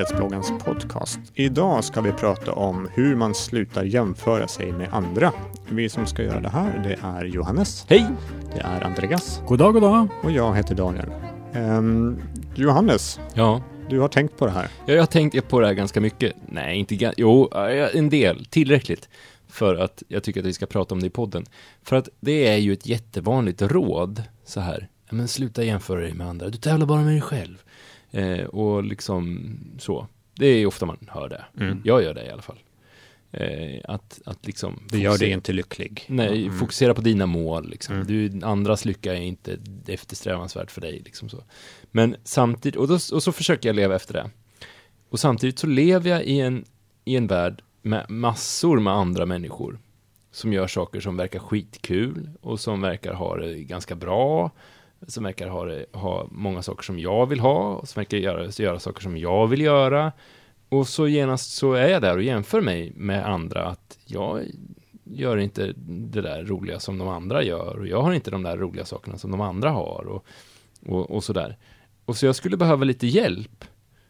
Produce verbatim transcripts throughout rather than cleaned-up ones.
Nykterhetsbloggens podcast. Idag ska vi prata om hur man slutar jämföra sig med andra. Vi som ska göra det här, det är Johannes. Hej! Det är Andreas. God dag, god dag. Och jag heter Daniel. Um, Johannes, Ja. du har tänkt på det här. Ja, jag har tänkt på det här ganska mycket. Nej, inte ga- Jo, en del. Tillräckligt. För att jag tycker att vi ska prata om det i podden. För att det är ju ett jättevanligt råd. Så här. Men sluta jämföra dig med andra. Du tävlar bara med dig själv. Eh, och liksom så. Det är ofta man hör det. Mm. Jag gör det i alla fall. Eh, att, att liksom... Det gör dig inte lycklig. Nej, Mm. fokusera på dina mål. Liksom. Mm. Du, andras lycka är inte eftersträvansvärt för dig. Liksom så. Men samtidigt, och, då, och så försöker jag leva efter det. Och samtidigt så lever jag i en, i en värld med massor med andra människor. Som gör saker som verkar skitkul. Och som verkar ha det ganska bra. Som verkar ha, det, ha många saker som jag vill ha. Och som verkar göra, göra saker som jag vill göra. Och så genast så är jag där och jämför mig med andra. Att jag gör inte det där roliga som de andra gör. Och jag har inte de där roliga sakerna som de andra har. Och, och, och sådär. Och så jag skulle behöva lite hjälp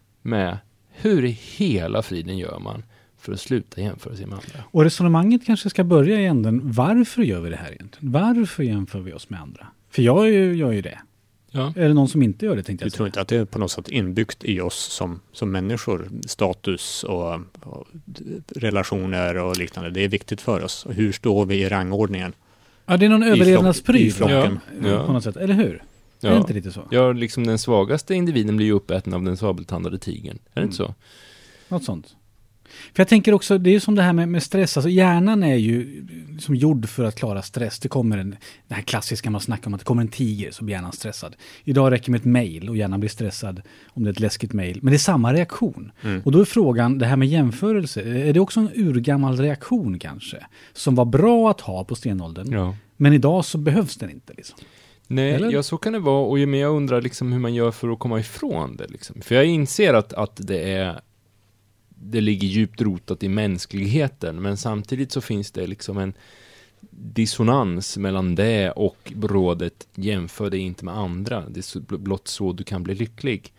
med hur i hela friden gör man för att sluta jämföra sig med andra. Och resonemanget kanske ska börja i änden. Varför gör vi det här egentligen? Varför jämför vi oss med andra? För jag gör ju det. Ja. Är det någon som inte gör det, tänkte Du jag tror inte att det är på något sätt inbyggt i oss som, som människor, status och, och relationer och liknande. Det är viktigt för oss. Och hur står vi i rangordningen? Ja, det är någon överlevnadspryl i flocken. ja, Ja. på något sätt, eller hur? Ja. Är det inte lite så? Ja, liksom den svagaste individen blir ju uppäten av den sabeltandade tigern. Är det inte så? Något sånt. För jag tänker också, det är ju som det här med, med stress. Alltså hjärnan är ju som gjord för att klara stress. Det kommer en, det här klassiska man snackar om att det kommer en tiger så blir hjärnan stressad. Idag räcker med ett mejl och hjärnan blir stressad om det är ett läskigt mejl. Men det är samma reaktion. Mm. Och då är frågan, det här med jämförelse, är det också en urgammal reaktion kanske? Som var bra att ha på stenåldern. Ja. Men idag så behövs den inte liksom. Nej, Eller? ja, så kan det vara. Och men jag undrar liksom hur man gör för att komma ifrån det. Liksom. För jag inser att, att det är det ligger djupt rotat i mänskligheten. Men samtidigt så finns det liksom en dissonans mellan det och rådet jämför dig inte med andra. Det är så, blott så du kan bli lycklig.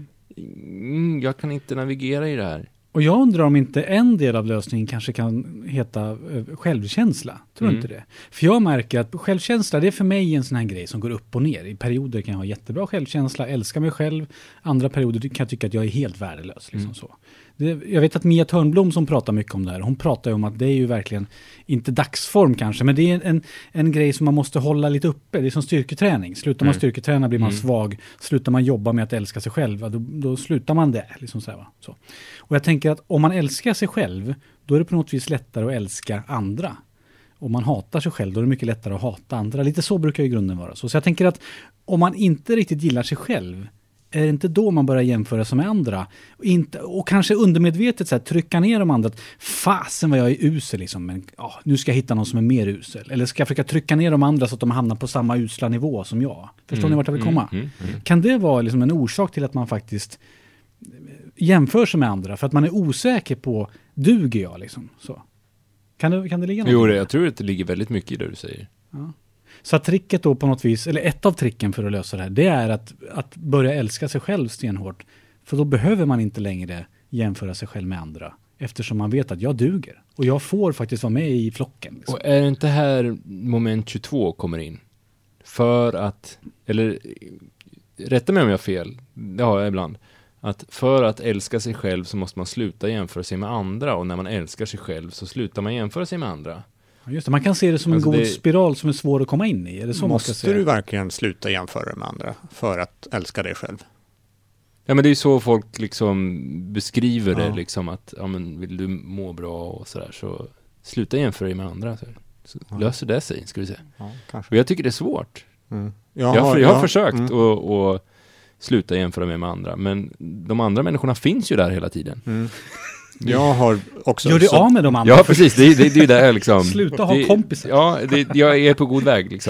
Mm, jag kan inte navigera i det här. Och jag undrar om inte en del av lösningen kanske kan heta eh, självkänsla. Tror du Mm. inte det? För jag märker att självkänsla, det är för mig en sån här grej som går upp och ner. I perioder kan jag ha jättebra självkänsla, älska mig själv. Andra perioder kan jag tycka att jag är helt värdelös. Liksom Mm. så. Det, jag vet att Mia Törnblom som pratar mycket om det här, hon pratar ju om att det är ju verkligen, inte dagsform kanske, men det är en, en grej som man måste hålla lite uppe. Det är som styrketräning. Slutar man Mm. styrketräna blir man Mm. svag. Slutar man jobba med att älska sig själv, då, då slutar man det. Liksom så här, va? Så. Och jag tänker att om man älskar sig själv, då är det på något vis lättare att älska andra. Om man hatar sig själv, då är det mycket lättare att hata andra. Lite så brukar ju grunden vara. Så, så jag tänker att om man inte riktigt gillar sig själv, är det inte då man börjar jämföra sig med andra? Och, inte, och kanske undermedvetet så här, trycka ner de andra. Att, fasen vad jag är usel liksom, men ja, nu ska jag hitta någon som är mer usel. Eller ska jag försöka trycka ner de andra så att de hamnar på samma usla nivå som jag? Förstår Mm, ni vart jag vill komma? Mm, mm, mm. Kan det vara liksom en orsak till att man faktiskt jämför sig med andra? För att man är osäker på, duger jag liksom? Så. Kan det, kan det ligga något? Jo, det, jag tror att det ligger väldigt mycket i det du säger. Ja. Så att tricket då på något vis, eller ett av tricken för att lösa det här, det är att, att börja älska sig själv stenhårt. För då behöver man inte längre jämföra sig själv med andra. Eftersom man vet att jag duger. Och jag får faktiskt vara med i flocken. Liksom. Och är det inte här moment tjugotvå kommer in? För att, eller rätta mig om jag har fel, det har jag ibland. Att för att älska sig själv så måste man sluta jämföra sig med andra. Och när man älskar sig själv så slutar man jämföra sig med andra. Just det, man kan se det som Alltså en god det... spiral som är svår att komma in i. Är det så Måste man ska säga? du verkligen sluta jämföra med andra för att älska dig själv? Ja, men det är ju så folk liksom beskriver Ja. det. Liksom att, ja men vill du må bra och sådär, så sluta jämföra dig med andra. Så, så Ja. löser det sig, ska vi säga. Ja, kanske. Och jag tycker det är svårt. Mm. Jag, har, jag har försökt mm. att, att sluta jämföra mig med andra. Men de andra människorna finns ju där hela tiden. Mm. Jag har också... Gör det så- av med de andra. Ja, precis. Det, det, det är ju där liksom... Sluta ha det, kompisar. Ja, det, jag är på god väg liksom.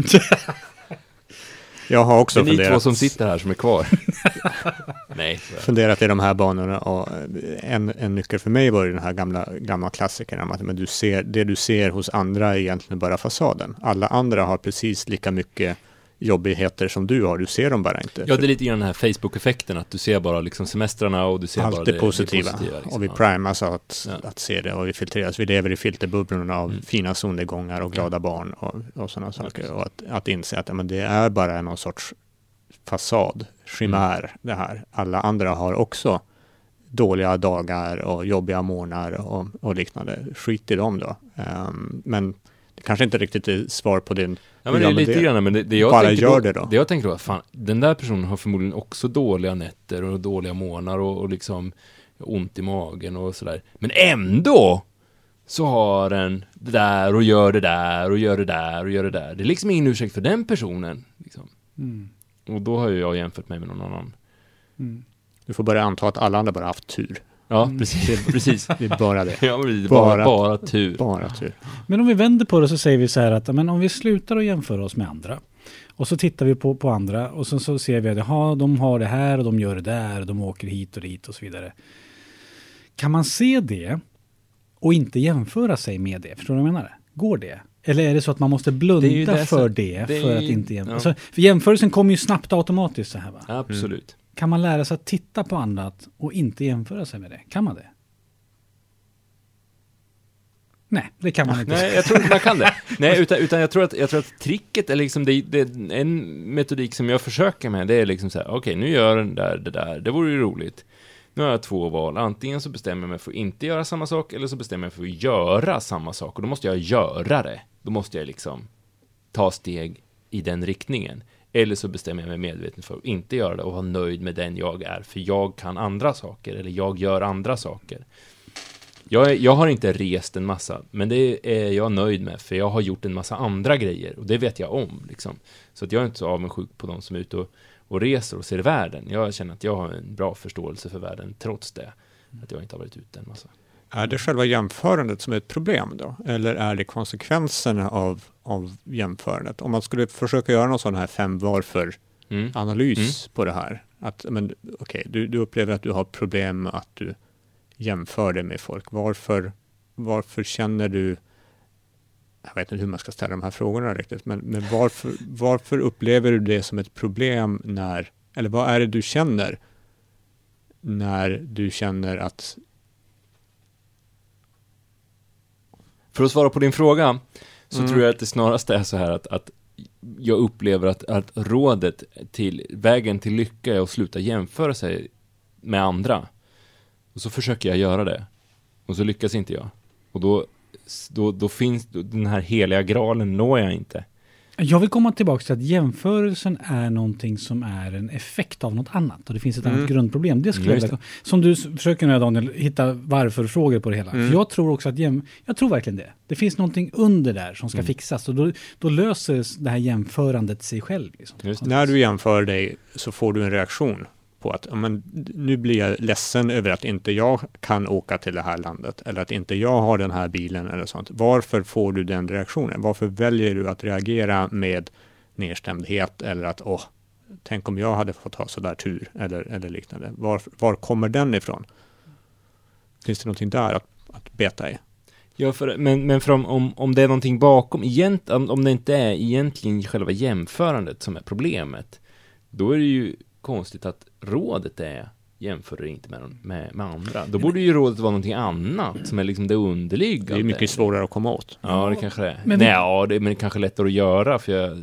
Jag har Det också är ni två funderat, som sitter här som är kvar. Nej. funderat i de här banorna, och en, en nyckel för mig var ju den här gamla, gamla klassikern om att men du ser, det du ser hos andra är egentligen bara fasaden. Alla andra har precis lika mycket jobbigheter som du har, du ser dem bara inte. Ja, det är lite grann den här Facebook-effekten, att du ser bara liksom semestrarna och du ser allt bara det, det positiva. Det positiva liksom. Och vi primas att, ja. att se det och vi filtreras. Vi lever i filterbubblorna av mm. fina solnedgångar och glada ja. barn och, och sådana saker. Och att, att inse att men det är bara någon sorts fasad, chimär mm. det här. Alla andra har också dåliga dagar och jobbiga månader och, och liknande. Skit i dem då. Um, men det kanske inte riktigt är svar på din... Ja, men det är lite det, grann, men det, det jag bara tänker gör då, det då. Det jag tänker då, fan, den där personen har förmodligen också dåliga nätter och dåliga månader och, och liksom ont i magen och sådär. Men ändå så har den det där och gör det där och gör det där och gör det där. Det är liksom ingen ursäkt för den personen. Liksom. Mm. Och då har ju jag jämfört mig med någon annan. Mm. Du får börja anta att alla andra bara haft tur. Ja, precis. precis. Det är bara det. Ja, precis. Bara, bara, bara tur. Bara tur. Men om vi vänder på det så säger vi så här att men om vi slutar att jämföra oss med andra och så tittar vi på, på andra och så, så ser vi att ja, de har det här och de gör det där och de åker hit och dit och så vidare. Kan man se det och inte jämföra sig med det? Förstår du vad jag menar? Går det? Eller är det så att man måste blunda det det för det, det för att inte jämföra? Ja. Alltså, för jämförelsen kommer ju snabbt automatiskt så här, va? Absolut. Mm. Kan man lära sig att titta på annat och inte jämföra sig med det? Kan man det? Nej, det kan man inte. Nej, jag tror inte man kan det. Nej, utan, utan jag tror att jag tror att tricket är liksom det, det är en metodik som jag försöker med. Det är liksom så här, okej, okay, nu gör den där det där. Det vore ju roligt. Nu har jag två val. Antingen så bestämmer jag mig för att inte göra samma sak eller så bestämmer jag mig för att göra samma sak. Och då måste jag göra det. Då måste jag liksom ta steg i den riktningen. Eller så bestämmer jag mig medvetet för att inte göra det och vara nöjd med den jag är. För jag kan andra saker eller jag gör andra saker. Jag, är, jag har inte rest en massa, men det är jag nöjd med för jag har gjort en massa andra grejer och det vet jag om. Liksom. Så att jag är inte så avundsjuk på de som är ute och, och reser och ser världen. Jag känner att jag har en bra förståelse för världen trots det. Att jag inte har varit ute en massa. Är det själva jämförandet som är ett problem då? Eller är det konsekvenserna av, av jämförandet? Om man skulle försöka göra någon sån här fem varför-analys mm. mm. på det här. Att, men, okay, du, du upplever att du har problem med att du jämför det med folk. Varför, varför känner du... Jag vet inte hur man ska ställa de här frågorna riktigt. Men, men varför, varför upplever du det som ett problem när... Eller vad är det du känner när du känner att... För att svara på din fråga så mm. tror jag att det snarast är så här att, att jag upplever att, att rådet till vägen till lycka är att sluta jämföra sig med andra. Och så försöker jag göra det. Och så lyckas inte jag. Och då, då, då finns den här heliga graalen når jag inte. Jag vill komma tillbaka till att jämförelsen är någonting som är en effekt av något annat. Och det finns ett mm. annat grundproblem. Det skulle jag, som du försöker nu, Daniel, hitta varför-frågor på det hela. Mm. För jag tror också att jäm, jag tror verkligen det. Det finns någonting under där som ska mm. fixas. Och då, då löser det här jämförandet sig själv. Liksom. När du jämför dig så får du en reaktion på att men, nu blir jag ledsen över att inte jag kan åka till det här landet eller att inte jag har den här bilen eller sånt. Varför får du den reaktionen? Varför väljer du att reagera med nedstämdhet eller att åh, tänk om jag hade fått ha så där tur eller, eller liknande. Var, var kommer den ifrån? Finns det någonting där att, att beta i? Ja, för, men, men för om, om, om det är någonting bakom, egent, om, om det inte är egentligen själva jämförandet som är problemet, då är det ju konstigt att rådet är jämför inte med, med, med andra. Då borde ju rådet vara någonting annat som är liksom det underliggande. Det är mycket svårare att komma åt. Ja, det kanske är. Men, Nej, ja, det, men det kanske är lättare att göra för jag,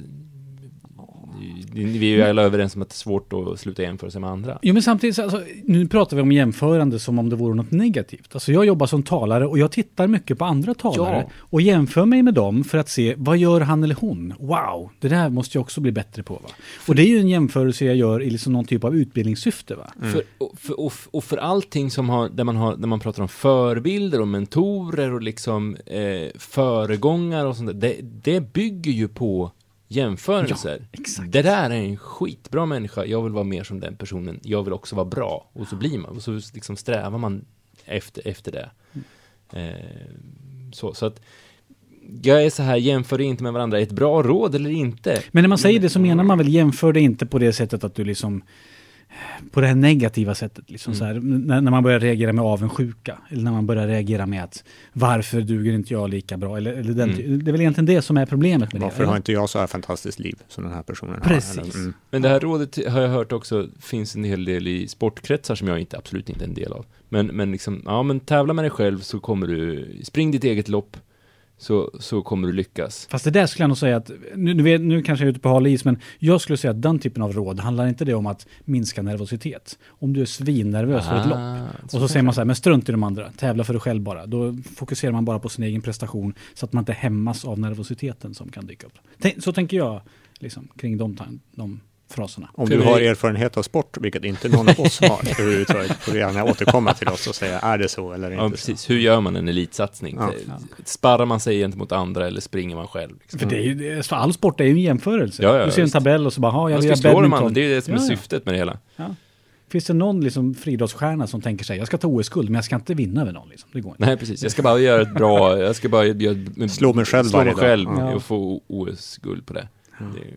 vi är ju alla överens om att det är svårt att sluta jämföra sig med andra. Jo, men samtidigt, alltså, nu pratar vi om jämförande som om det vore något negativt. Alltså jag jobbar som talare och jag tittar mycket på andra talare ja. och jämför mig med dem för att se, vad gör han eller hon? Wow, det där måste jag också bli bättre på. Va? Och det är ju en jämförelse jag gör i liksom någon typ av utbildningssyfte. Va? Mm. För, och, för, och, och för allting som har, där man har, där man pratar om förebilder och mentorer och liksom eh, föregångare och sånt där, det, det bygger ju på jämförelser. Ja, exakt. Det där är en skitbra människa. Jag vill vara mer som den personen. Jag vill också vara bra. Och så blir man. Och så liksom strävar man efter, efter det. Mm. Eh, så, så att jag är så här, jämför det inte med varandra. Är ett bra råd eller inte? Men när man säger det så menar man väl jämför det inte på det sättet att du liksom på det här negativa sättet. Liksom Mm. så här, när, när man börjar reagera med avundsjuka. Eller när man börjar reagera med att varför duger inte jag lika bra? Eller, eller den, Mm. Det är väl egentligen det som är problemet med Varför det. har inte jag så här fantastiskt liv som den här personen Precis. har? Eller, mm. Men det här rådet har jag hört också finns en hel del i sportkretsar som jag inte, absolut inte är en del av. Men, men liksom, ja men tävla med dig själv så kommer du, spring ditt eget lopp så, så kommer du lyckas. Fast det där skulle jag nog säga att, nu, nu, vet, nu kanske jag är ute på hal is, men jag skulle säga att den typen av råd handlar inte det om att minska nervositet. Om du är svinnervös för ett lopp. Och så säger man så här, men strunt i de andra, tävla för dig själv bara. Då fokuserar man bara på sin egen prestation så att man inte hämmas av nervositeten som kan dyka upp. Tänk, så tänker jag liksom, kring de, de fraserna. Om du har erfarenhet av sport, vilket inte någon av oss har överhuvudtaget, får du gärna återkomma till oss och säga, är det så eller inte? Ja, precis. Så? Hur gör man en elitsatsning? Ja. Sparrar man sig gentemot andra eller springer man själv? Liksom? För, det är ju, det, för all sport är ju en jämförelse. Ja, ja, du ser en visst. tabell och så bara, ha, jag Man vill ska göra slå dem badminton. andra, det är det som är Ja, ja. syftet med det hela. Ja. Finns det någon liksom friidrottsstjärna som tänker sig, jag ska ta O S-guld men jag ska inte vinna över någon. Liksom. Det går inte. Nej, precis. Jag ska bara göra ett bra, jag ska bara göra, Slå mig själv slå mig varje dag. själv Ja. och få O S-guld på det. Mm. det är,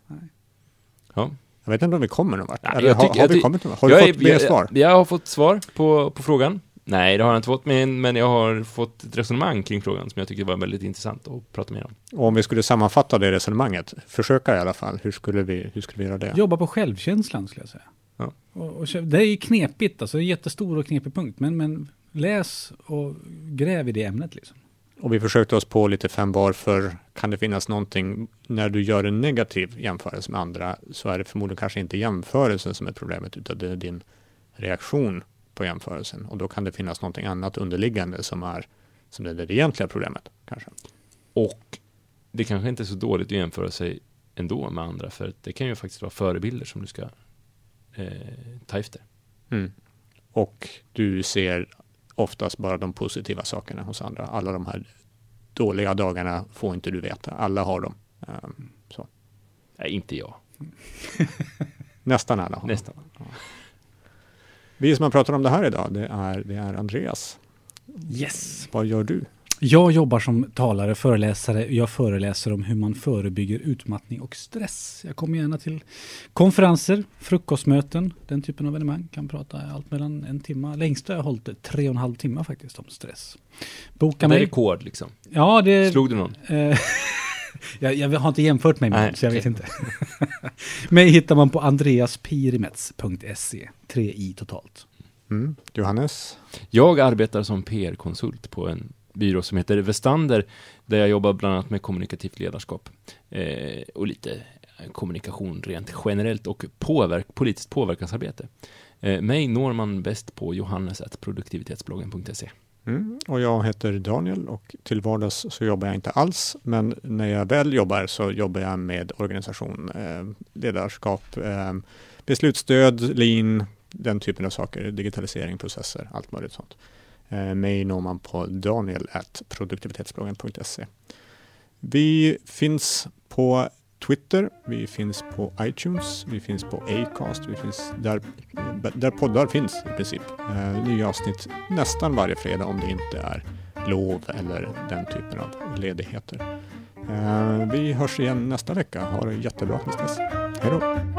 ja. Jag vet inte om vi kommer någon vart. Nej, Eller jag har, tycker- har jag vi ty- kommit någon vart? Har du Jag fått är- mer jag- svar? Jag har fått svar på, på frågan. Nej, det har jag inte fått, men, men jag har fått ett resonemang kring frågan som jag tycker var väldigt intressant att prata mer om. Och om vi skulle sammanfatta det resonemanget, försöka i alla fall, hur skulle vi, hur skulle vi göra det? Jobba på självkänslan skulle jag säga. Ja. Och, och, det är ju knepigt, alltså en jättestor och knepig punkt. Men, men läs och gräv i det ämnet liksom. Och vi försökte oss på lite fem varför kan det finnas någonting, när du gör en negativ jämförelse med andra så är det förmodligen kanske inte jämförelsen som är problemet utan det är din reaktion på jämförelsen. Och då kan det finnas någonting annat underliggande som är, som är det egentliga problemet kanske. Och det kanske inte är så dåligt att jämföra sig ändå med andra, för det kan ju faktiskt vara förebilder som du ska eh, ta efter. Mm. Och du ser oftast bara de positiva sakerna hos andra. Alla de här dåliga dagarna får inte du veta. Alla har dem. Um, så. Nej, inte jag. Nästan alla har Nästan. dem. Vi som har pratat om det här idag, det är, det är Andreas. Yes! Vad gör du? Jag jobbar som talare, föreläsare. Jag föreläser om hur man förebygger utmattning och stress. Jag kommer gärna till konferenser, frukostmöten, den typen av evenemang. Kan prata allt mellan en timme. Längst har jag hållit det, tre och en halv timme faktiskt om stress. Boka Det är mig. rekord liksom. Ja, det... Slog du någon? Eh, jag, jag har inte jämfört mig med Nej, någon, så jag okej. vet inte. Mig hittar man på andreaspirimets punkt se. Tre i totalt. Mm. Johannes? Jag arbetar som P R-konsult på en byrå som heter Vestander, där jag jobbar bland annat med kommunikativt ledarskap eh, och lite kommunikation rent generellt och påverk, politiskt påverkansarbete. Eh, mig når man bäst på johannes at produktivitetsbloggen punkt se. Mm. Och jag heter Daniel och till vardags så jobbar jag inte alls, men när jag väl jobbar så jobbar jag med organisation, eh, ledarskap, eh, beslutsstöd, lean, den typen av saker, digitalisering, processer, allt möjligt sånt. Eh, mig når man på daniel at produktivitetsbloggen punkt se. Vi finns på Twitter, vi finns på iTunes, vi finns på Acast, vi finns där, där poddar finns i princip. Eh, nya avsnitt nästan varje fredag om det inte är lov eller den typen av ledigheter. Eh, vi hörs igen nästa vecka. Ha det jättebra tills dess. Hej då!